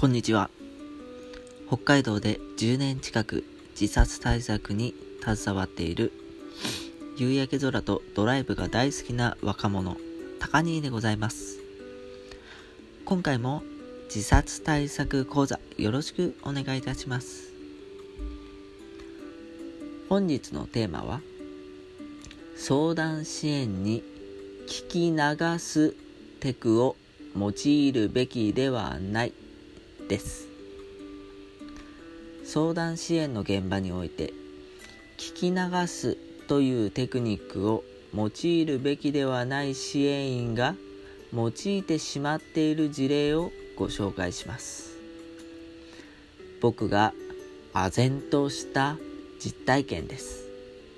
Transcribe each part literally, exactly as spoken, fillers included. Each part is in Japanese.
こんにちは。北海道でじゅうねん近く自殺対策に携わっている夕焼け空とドライブが大好きな若者高兄でございます。今回も自殺対策講座よろしくお願いいたします。本日のテーマは相談支援に聞き流すテクを用いるべきではないです。相談支援の現場において聞き流すというテクニックを用いるべきではない支援員が用いてしまっている事例をご紹介します。僕が唖然とした実体験です。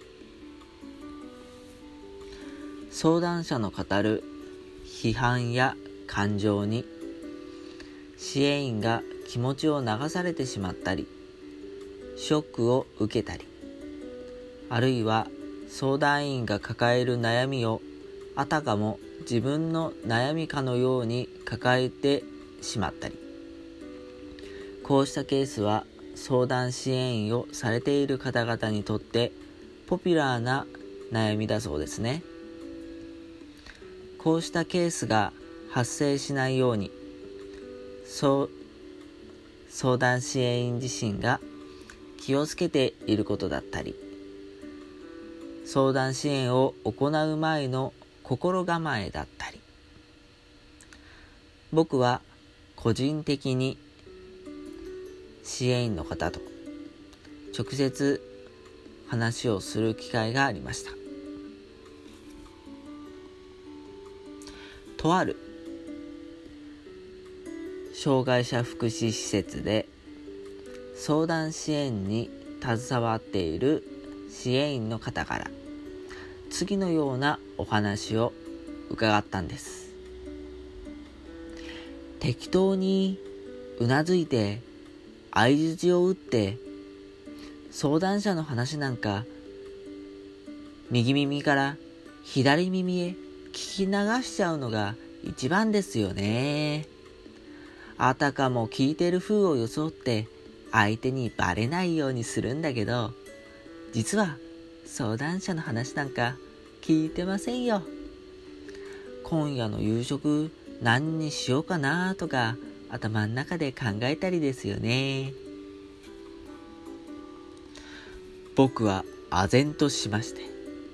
相談者の語る批判や感情に支援員が気持ちを流されてしまったり、ショックを受けたり、あるいは相談員が抱える悩みをあたかも自分の悩みかのように抱えてしまったり、こうしたケースは相談支援員をされている方々にとってポピュラーな悩みだそうですね。こうしたケースが発生しないように、そう相談支援員自身が気をつけていることだったり、相談支援を行う前の心構えだったり、僕は個人的に支援員の方と直接話をする機会がありました。とある障害者福祉施設で相談支援に携わっている支援員の方から次のようなお話を伺ったんです。適当にうなずいて相槌を打って相談者の話なんか右耳から左耳へ聞き流しちゃうのが一番ですよね。あたかも聞いてる風を装って相手にバレないようにするんだけど、実は相談者の話なんか聞いてませんよ。今夜の夕食何にしようかなとか頭の中で考えたりですよね。僕は唖然としまして、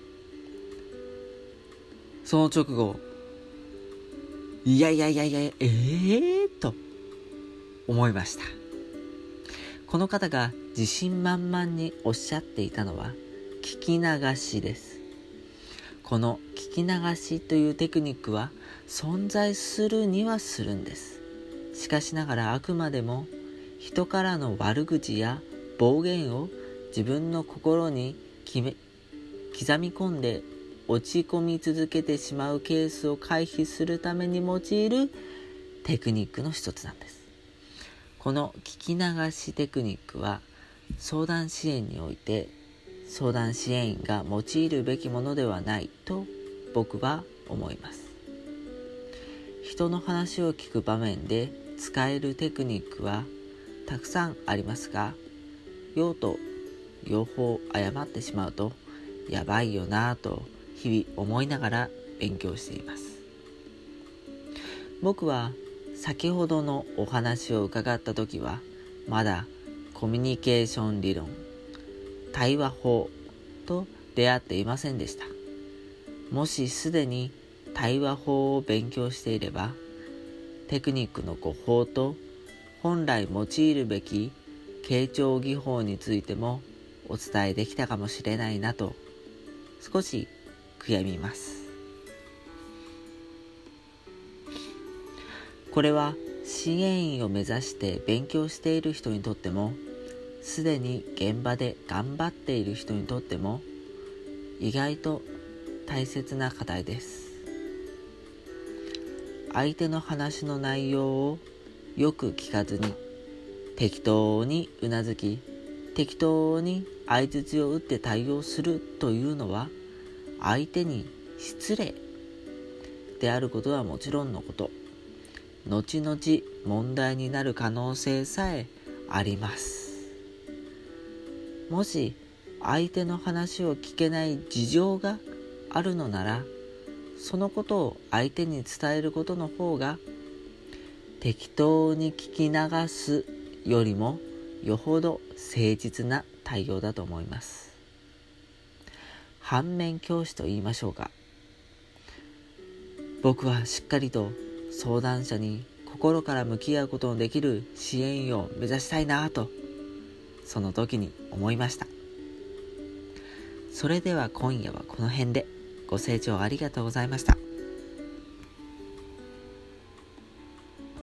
その直後、いやいやいやいやええー、と思いました。この方が自信満々におっしゃっていたのは聞き流しです。この聞き流しというテクニックは存在するにはするんです。しかしながらあくまでも人からの悪口や暴言を自分の心に決め刻み込んで落ち込み続けてしまうケースを回避するために用いるテクニックの一つなんです。この聞き流しテクニックは相談支援において相談支援員が用いるべきものではないと僕は思います。人の話を聞く場面で使えるテクニックはたくさんありますが、用途用法を誤ってしまうとやばいよなぁと日々思いながら勉強しています。僕は先ほどのお話を伺ったときはまだコミュニケーション理論、対話法と出会っていませんでした。もしすでに対話法を勉強していれば、テクニックの誤法と本来用いるべき傾聴技法についてもお伝えできたかもしれないなと少し悔やみます。これは支援員を目指して勉強している人にとっても、すでに現場で頑張っている人にとっても意外と大切な課題です。相手の話の内容をよく聞かずに適当にうなずき、適当に相槌を打って対応するというのは相手に失礼であることはもちろんのこと、 後々問題になる可能性さえあります。もし相手の話を聞けない事情があるのなら、そのことを相手に伝えることの方が適当に聞き流すよりもよほど誠実な対応だと思います。反面教師と言いましょうか。僕はしっかりと相談者に心から向き合うことのできる支援員を目指したいなと、その時に思いました。それでは今夜はこの辺で。ご清聴ありがとうございました。